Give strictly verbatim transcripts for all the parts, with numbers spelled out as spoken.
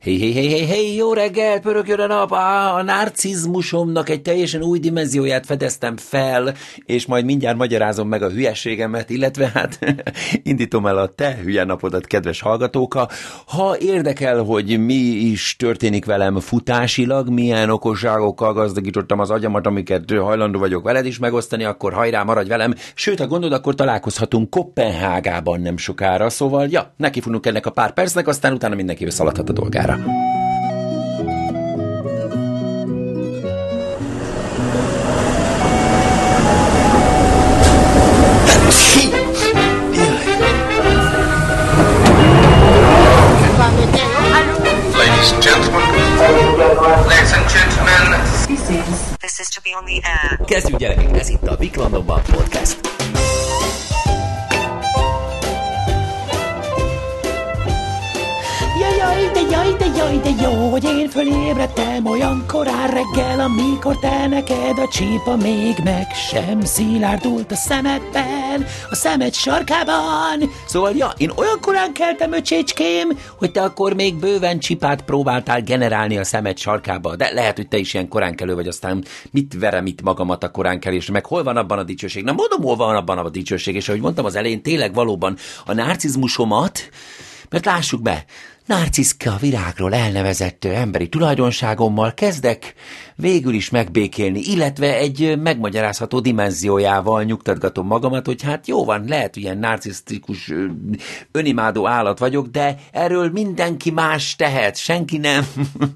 Hé, hé, hé, hé, hé, jó reggelt, pörögjön a nap, a, a narcizmusomnak egy teljesen új dimenzióját fedeztem fel, és majd mindjárt magyarázom meg a hülyeségemet, illetve hát indítom el a te hülye napodat, kedves hallgatóka. Ha érdekel, hogy mi is történik velem futásilag, milyen okosságokkal gazdagítottam az agyamat, amiket hajlandó vagyok veled is megosztani, akkor hajrá, maradj velem, sőt, ha gondolod, akkor találkozhatunk Koppenhágában nem sokára, szóval, ja, nekifutunk ennek a pár percnek, aztán utána mindenki szaladhat a dolgára. Ladies and gentlemen, ladies and gentlemen, This is This is to be on the air. Kezdjük, gyerekek, ez itt a Big Londonban Podcast. Jaj, de jaj, de jaj, de jó, hogy én fölébredtem olyan korán reggel, amikor te neked a csípa még meg sem szilárdult a szemedben, a szemed sarkában. Szóval, ja, én olyan korán keltem, öcsécském, hogy te akkor még bőven csipát próbáltál generálni a szemed sarkába, de lehet, hogy te is ilyen korán kelő vagy, aztán mit verem itt magamat a korán kelésre, meg hol van abban a dicsőség? Na, mondom, hol van abban a dicsőség, és ahogy mondtam az elején, tényleg valóban a narcizmusomat, mert lássuk be, narciszka virágról elnevezett emberi tulajdonságommal kezdek végül is megbékélni, illetve egy megmagyarázható dimenziójával nyugtatgatom magamat, hogy hát jó van, lehet, hogy ilyen narcisztikus, önimádó állat vagyok, de erről mindenki más tehet, senki nem.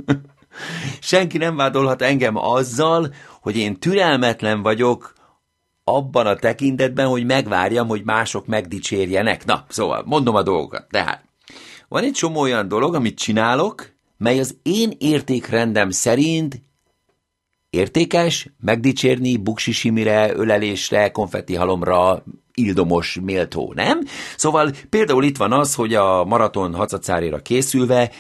Senki nem vádolhat engem azzal, hogy én türelmetlen vagyok abban a tekintetben, hogy megvárjam, hogy mások megdicsérjenek. Na, szóval mondom a dolgokat, tehát van egy csomó olyan dolog, amit csinálok, mely az én értékrendem szerint értékes, megdicsérni, buksisimire, ölelésre, konfettihalomra, ildomos, méltó, nem? Szóval például itt van az, hogy a maraton hatszázszárira készülve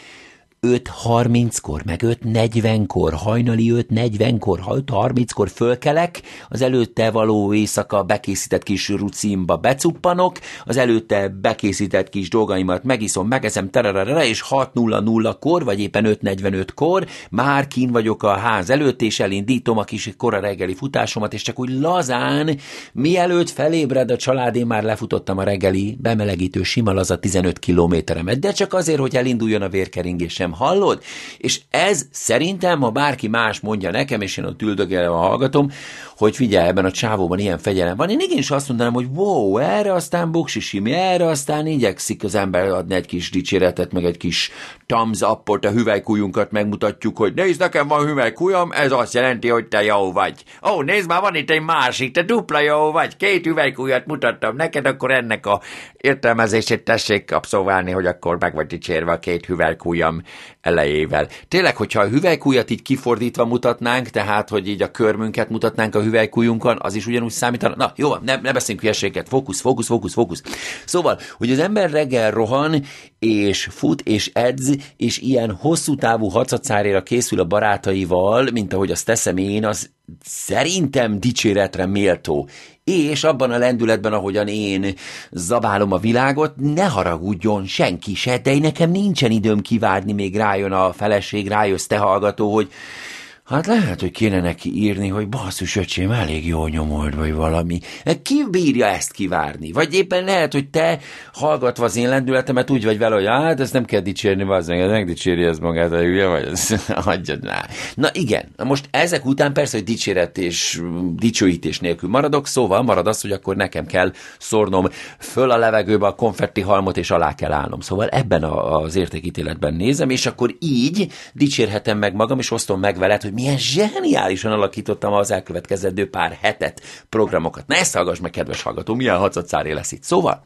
öt harminckor, meg öt negyvenkor, hajnali öt negyvenkor, öt harminckor fölkelek, az előtte való éjszaka bekészített kis rucimba becuppanok, az előtte bekészített kis dolgaimat megiszom, megeszem, tererere, és hat nulla nulla-kor, vagy éppen öt negyvenötkor már kín vagyok a ház előtt, és elindítom a kis kora reggeli futásomat, és csak úgy lazán, mielőtt felébred a család, én már lefutottam a reggeli bemelegítő sima laza tizenöt kilométeremet, de csak azért, hogy elinduljon a vérkeringésem. Hallod? És ez szerintem, ha bárki más mondja nekem, és én ott üldögélem a hallgatom, hogy figyelj, ebben a csávóban ilyen fegyelem van, én igenis azt mondanám, hogy wow, erre aztán buksisimi, erre aztán igyekszik az ember adni egy kis dicséretet, meg egy kis thumbs up-ot, a hüvelykujjunkat megmutatjuk, hogy nézd, nekem van hüvelykujjam, ez azt jelenti, hogy te jó vagy. Ó, oh, nézd már, van itt egy másik, te dupla jó vagy, két hüvelykujjat mutattam neked, akkor ennek a értelmezését tessék abszolválni, hogy akkor meg vagy dicsérve a két hüvelykujjam elejével. Tényleg, hogyha a hüvelykujjat így kifordítva mutatnánk, tehát, hogy így a körmünket mutatnánk a hüvelykujjunkon, az is ugyanúgy számítana. Na, jó, ne, ne beszéljünk hülyeséget. Fókusz, fókusz, fókusz, fókusz. Szóval, hogy az ember reggel rohan, és fut, és edz, és ilyen hosszú távú hatszázszárira készül a barátaival, mint ahogy azt teszem én, az szerintem dicséretre méltó. És abban a lendületben, ahogyan én zabálom a világot, ne haragudjon senki se, de nekem nincsen időm kivárni, még rájön a feleség, rájössz te hallgató, hogy hát lehet, hogy kéne neki írni, hogy basszus, öcsém, elég jól nyomold, vagy valami. Ki bírja ezt kivárni? Vagy éppen lehet, hogy te hallgatva az én lendületemet úgy vagy vele, hogy hát ezt nem kell dicsérni, vazzeg, megdicséri ez magát, a hülye vagy, hagyjad rá. Na igen, na most ezek után persze, hogy dicséret és dicsőítés nélkül maradok, szóval marad az, hogy akkor nekem kell szórnom föl a levegőbe a konfetti halmot, és alá kell állnom. Szóval ebben a, az értékítéletben nézem, és akkor így dicsérhetem meg magam, és osztom meg veled, hogy milyen zseniálisan alakítottam az elkövetkezendő pár hetet, programokat. Na ezt hallgass meg, kedves hallgató, milyen hatszázszáré lesz itt. Szóval,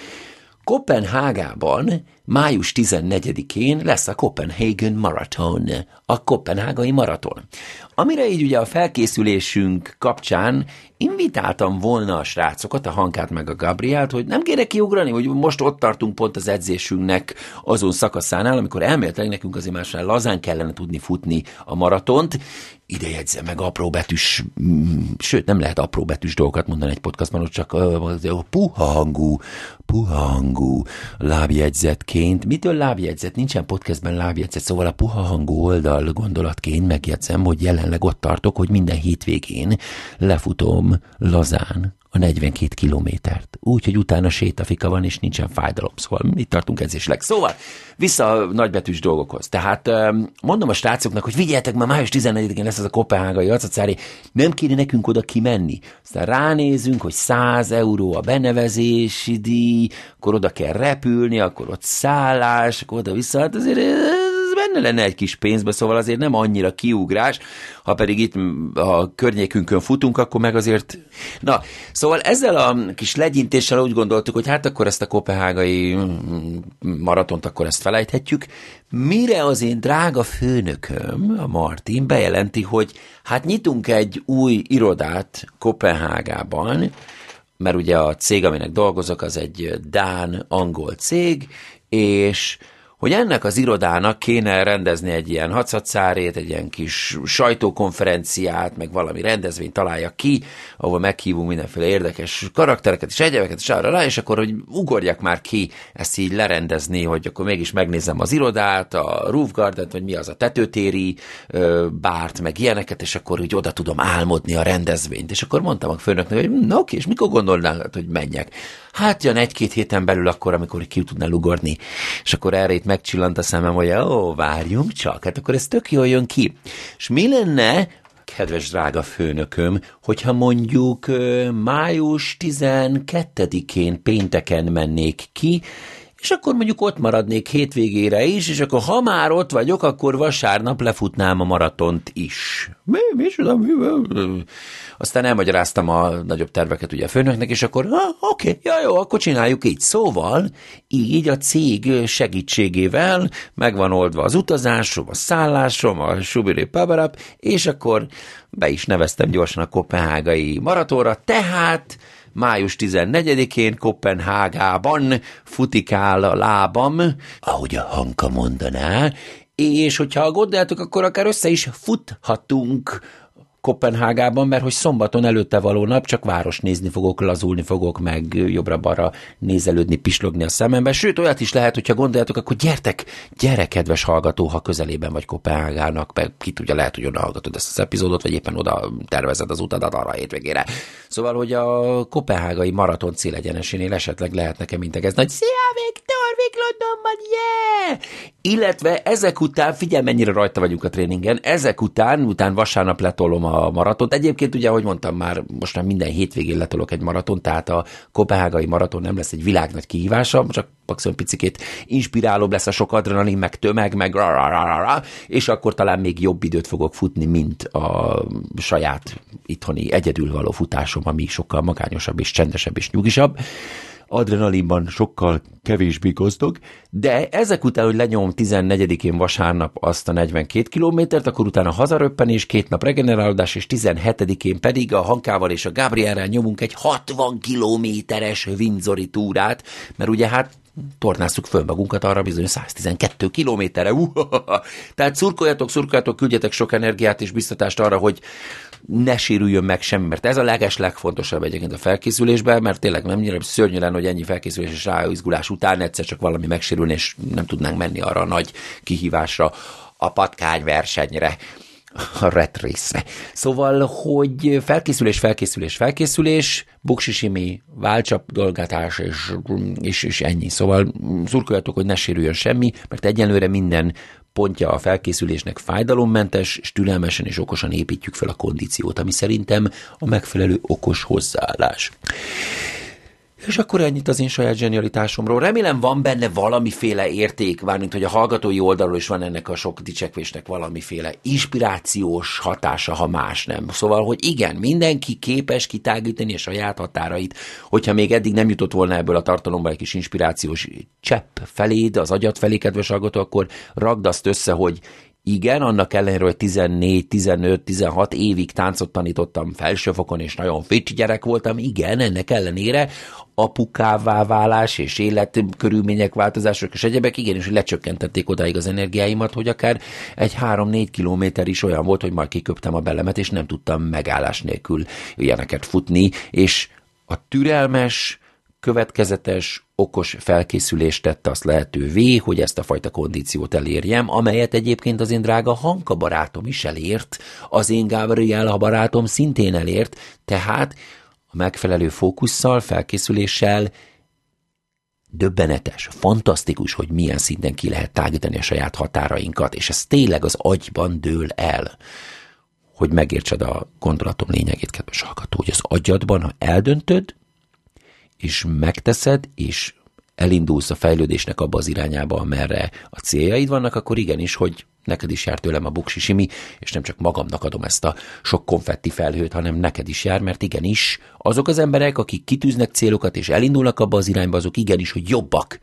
Koppenhágában május tizennegyedikén lesz a Copenhagen Marathon, a koppenhágai maraton, amire így ugye a felkészülésünk kapcsán invitáltam volna a srácokat, a Hankát meg a Gabrielt, hogy nem kéne kiugrani, hogy most ott tartunk pont az edzésünknek azon szakaszánál, amikor elméletileg nekünk azért másnál lazán kellene tudni futni a maratont. Ide jegyzem meg apró betűs, sőt nem lehet apró betűs dolgokat mondani egy podcastban, ott csak uh, puha hangú puha hangú lábjegyzetként. Mitől lábjegyzet? Nincsen podcastben lábjegyzet, szóval a puha hangú oldal gondolatként megjegyzem, hogy jelenleg ott tartok, hogy minden hétvégén lefutom lazán a negyvenkét kilométert. Úgy, hogy utána sétafika van, és nincsen fájdalom. Szóval itt tartunk edzésleg. Szóval vissza a nagybetűs dolgokhoz. Tehát mondom a srácoknak, hogy vigyeljetek, már május tizennegyedikén lesz ez a kopenhágai acacári, nem kéne nekünk oda kimenni. Aztán ránézünk, hogy száz euró a benevezési díj, akkor oda kell repülni, akkor ott szállás, akkor oda-vissza, hát azért benne lenne egy kis pénzbe, szóval azért nem annyira kiugrás, ha pedig itt a környékünkön futunk, akkor meg azért... Na, szóval ezzel a kis legyintéssel úgy gondoltuk, hogy hát akkor ezt a kopenhágai maratont, akkor ezt felejthetjük. Mire az én drága főnököm, a Martin bejelenti, hogy hát nyitunk egy új irodát Kopenhágában, mert ugye a cég, aminek dolgozok, az egy dán-angol cég, és hogy ennek az irodának kéne rendezni egy ilyen hacacárét, egy ilyen kis sajtókonferenciát, meg valami rendezvényt találja ki, ahol meghívunk mindenféle érdekes karaktereket és egyebeket, és arra rá, és akkor, hogy ugorjak már ki ezt így lerendezni, hogy akkor mégis megnézem az irodát, a Roof Garden-t, vagy mi az a tetőtéri ö, bárt, meg ilyeneket, és akkor úgy oda tudom álmodni a rendezvényt. És akkor mondtam a főnöknek, hogy na oké, és mikor gondolnál, hogy menjek? Hát jön egy-két héten belül akkor, amikor ki tudnál ugorni. És akkor erre itt megcsillant a szemem, hogy ó, várjunk csak, hát akkor ez tök jól jön ki. És mi lenne, kedves drága főnököm, hogyha mondjuk május tizenkettedikén pénteken mennék ki, és akkor mondjuk ott maradnék hétvégére is, és akkor ha már ott vagyok, akkor vasárnap lefutnám a maratont is. Mi? Mi? Mi? Aztán elmagyaráztam a nagyobb terveket ugye a főnöknek, és akkor ha, oké, ja jó, akkor csináljuk így. Szóval így a cég segítségével megvan oldva az utazásom, a szállásom, a subiri pabarap, és akkor be is neveztem gyorsan a kopenhágai maratonra, tehát május tizennegyedikén Kopenhágában futikál a lábam, ahogy a Hanka mondaná, és hogyha gondoljátok, akkor akár össze is futhatunk Kopenhágában, mert hogy szombaton előtte való nap csak város nézni fogok, lazulni fogok, meg jobbra-balra nézelődni, pislogni a szemembe. Sőt, olyat is lehet, hogyha gondoljátok, akkor gyertek, gyere, kedves hallgató, ha közelében vagy Kopenhágának, meg ki tudja, lehet, hogy oda hallgatod ezt az epizódot, vagy éppen oda tervezed az utadat arra a hétvégére. Szóval, hogy a kopenhágai maraton célegyenesénél esetleg lehet nekem integezni, hogy szia, Viktor, Vik Londonban, yeah! Illetve ezek után, figyelj, mennyire rajta vagyunk a tréningen, ezek után, után vasárnap letolom a maratont. Egyébként ugye, ahogy mondtam már, most már minden hétvégén letolok egy maraton, tehát a kopenhágai maraton nem lesz egy világnagy kihívása, csak maximum picikét inspirálóbb lesz a sok adrenalin, meg tömeg, meg ra, ra, ra, ra, ra, és akkor talán még jobb időt fogok futni, mint a saját itthoni egyedül való futásom, ami sokkal magányosabb és csendesebb és nyugisabb. Adrenalinban sokkal kevésbé gazdag, de ezek után, hogy lenyomom tizennegyedikén vasárnap azt a negyvenkét kilométert, akkor utána hazaröppenés, két nap regenerálódás, és tizenhetedikén pedig a Hankával és a Gabrielrel nyomunk egy hatvan kilométeres Windsori túrát, mert ugye hát tornázzuk föl magunkat arra bizony száztizenkettő kilométerre. Uh, Tehát szurkoljatok, szurkoljatok, küldjetek sok energiát és biztatást arra, hogy ne sérüljön meg semmi, mert ez a leges legfontosabb egyébként a felkészülésben, mert tényleg nem annyira szörnyű lenne, hogy ennyi felkészülés és ráizgulás után egyszer csak valami megsérülni, és nem tudnánk menni arra a nagy kihívásra, a patkányversenyre, a rat race-re. Szóval, hogy felkészülés, felkészülés, felkészülés, buksisimi, válcsapdolgatás, és, és, és ennyi. Szóval szurkoljatok, hogy ne sérüljön semmi, mert egyenlőre minden pontja a felkészülésnek fájdalommentes, és türelmesen és okosan építjük fel a kondíciót, ami szerintem a megfelelő okos hozzáállás. És akkor ennyit az én saját zsenialitásomról. Remélem van benne valamiféle érték, mármint hogy a hallgatói oldalról is van ennek a sok dicsekvésnek valamiféle inspirációs hatása, ha más nem. Szóval, hogy igen, mindenki képes kitágítani a saját határait, hogyha még eddig nem jutott volna ebből a tartalomból egy kis inspirációs csepp feléd, az agyad felé, kedves hallgató, akkor ragd azt össze, hogy igen, annak ellenére, hogy tizennégy, tizenöt, tizenhat évig táncot tanítottam felsőfokon, és nagyon fit gyerek voltam, igen, ennek ellenére apukává válás és életkörülmények, változások és egyebek, igenis, hogy lecsökkentették odáig az energiáimat, hogy akár egy három-négy kilométer is olyan volt, hogy majd kiköptem a bellemet, és nem tudtam megállás nélkül ilyeneket futni, és a türelmes, következetes, okos felkészülés tette azt lehetővé, hogy ezt a fajta kondíciót elérjem, amelyet egyébként az én drága Hanka barátom is elért, az én Gabriela barátom szintén elért, tehát a megfelelő fókusszal, felkészüléssel döbbenetes, fantasztikus, hogy milyen szinten ki lehet tágítani a saját határainkat, és ez tényleg az agyban dől el, hogy megértsed a gondolatom lényegét, kedves hallgató, hogy az agyadban, ha eldöntöd, és megteszed, és elindulsz a fejlődésnek abba az irányába, amerre a céljaid vannak, akkor igenis, hogy neked is jár tőlem a buksi simi, és nem csak magamnak adom ezt a sok konfetti felhőt, hanem neked is jár, mert igenis, azok az emberek, akik kitűznek célokat, és elindulnak abba az irányba, azok igenis, hogy jobbak,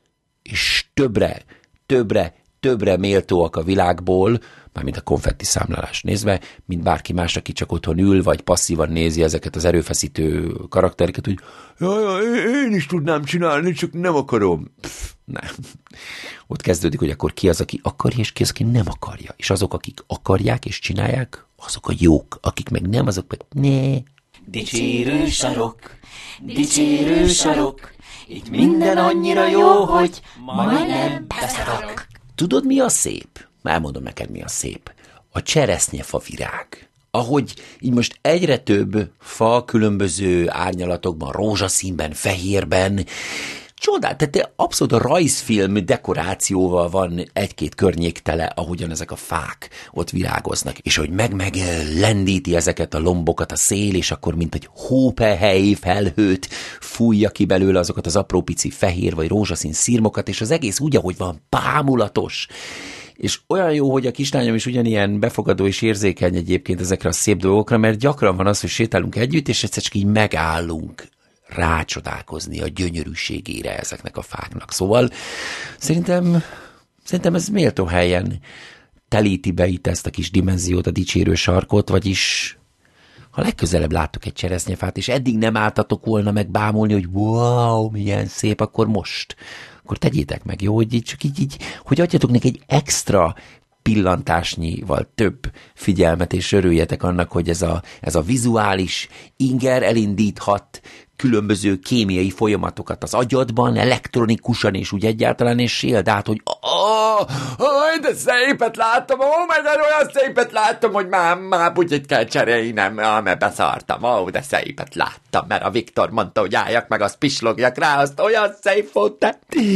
és többre, többre, többre méltóak a világból, mármint a konfetti számlálás nézve, mint bárki más, aki csak otthon ül, vagy passzívan nézi ezeket az erőfeszítő karaktereket, hogy jaj, jaj, én is tudnám csinálni, csak nem akarom. Pff, nem. Ott kezdődik, hogy akkor ki az, aki akarja, és ki az, aki nem akarja. És azok, akik akarják és csinálják, azok a jók. Akik meg nem, azok meg ne. Dicsérő sarok, dicsérő sarok, itt minden annyira jó, hogy majdnem beszarok. Tudod, mi a szép? Elmondom neked, mi a szép. A cseresznyefa virág. Ahogy így most egyre több fa különböző árnyalatokban, rózsaszínben, fehérben, csodál, tehát abszolút a rajzfilm dekorációval van egy-két környék tele, ahogyan ezek a fák ott virágoznak, és hogy meg-meg lendíti ezeket a lombokat a szél, és akkor mint egy hópehely felhőt fújja ki belőle azokat az apró pici fehér vagy rózsaszín szirmokat, és az egész úgy, ahogy van, bámulatos. És olyan jó, hogy a kislányom is ugyanilyen befogadó és érzékeny egyébként ezekre a szép dolgokra, mert gyakran van az, hogy sétálunk együtt, és egyszer csak így megállunk rácsodálkozni a gyönyörűségére ezeknek a fáknak. Szóval szerintem, szerintem ez méltó helyen telíti be itt ezt a kis dimenziót, a dicsérő sarkot, vagyis ha legközelebb láttok egy cseresznyefát, és eddig nem álltatok volna meg bámulni, hogy wow, milyen szép, akkor most, akkor tegyétek meg, jó, hogy így, csak így, így, hogy adjatok neki egy extra pillantásnyival több figyelmet, és örüljetek annak, hogy ez a, ez a vizuális inger elindíthat különböző kémiai folyamatokat az agyadban, elektronikusan és úgy egyáltalán, és éld át, hogy oh, oh, de szépet láttam, ó, oh, meg olyan szépet láttam, hogy már, már bugyit kell cserélnem, ah, mert beszartam, ó, oh, de szépet láttam, mert a Viktor mondta, hogy álljak meg, azt pislogjak rá, azt olyan szép volt, de...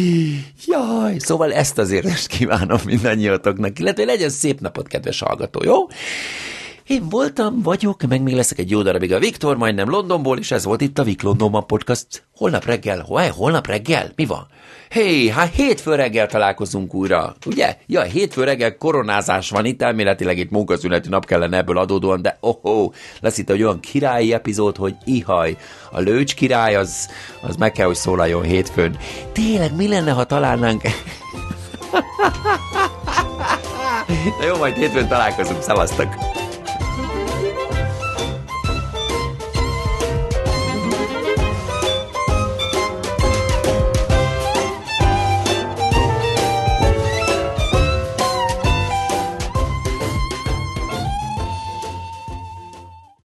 Jaj, szóval ezt azért most kívánom mindannyiatoknak, illetve legyen szép napot, kedves hallgató, jó? Én voltam, vagyok, meg még leszek egy jó darabig a Viktor, majdnem Londonból, és ez volt itt a Vik Londonban podcast. Holnap reggel, hol, holnap reggel? Mi van? Hé, hey, hát hétfő reggel találkozunk újra, ugye? Ja, hétfő reggel koronázás van itt, elméletileg itt munkaszüneti nap kellene ebből adódóan, de oh, oh lesz itt egy olyan királyi epizód, hogy ihaj, a Lőcs király, az, az meg kell, hogy szólaljon hétfőn. Tényleg, mi lenne, ha találnánk... Na jó, majd hétfőn találkozunk, szevasztok!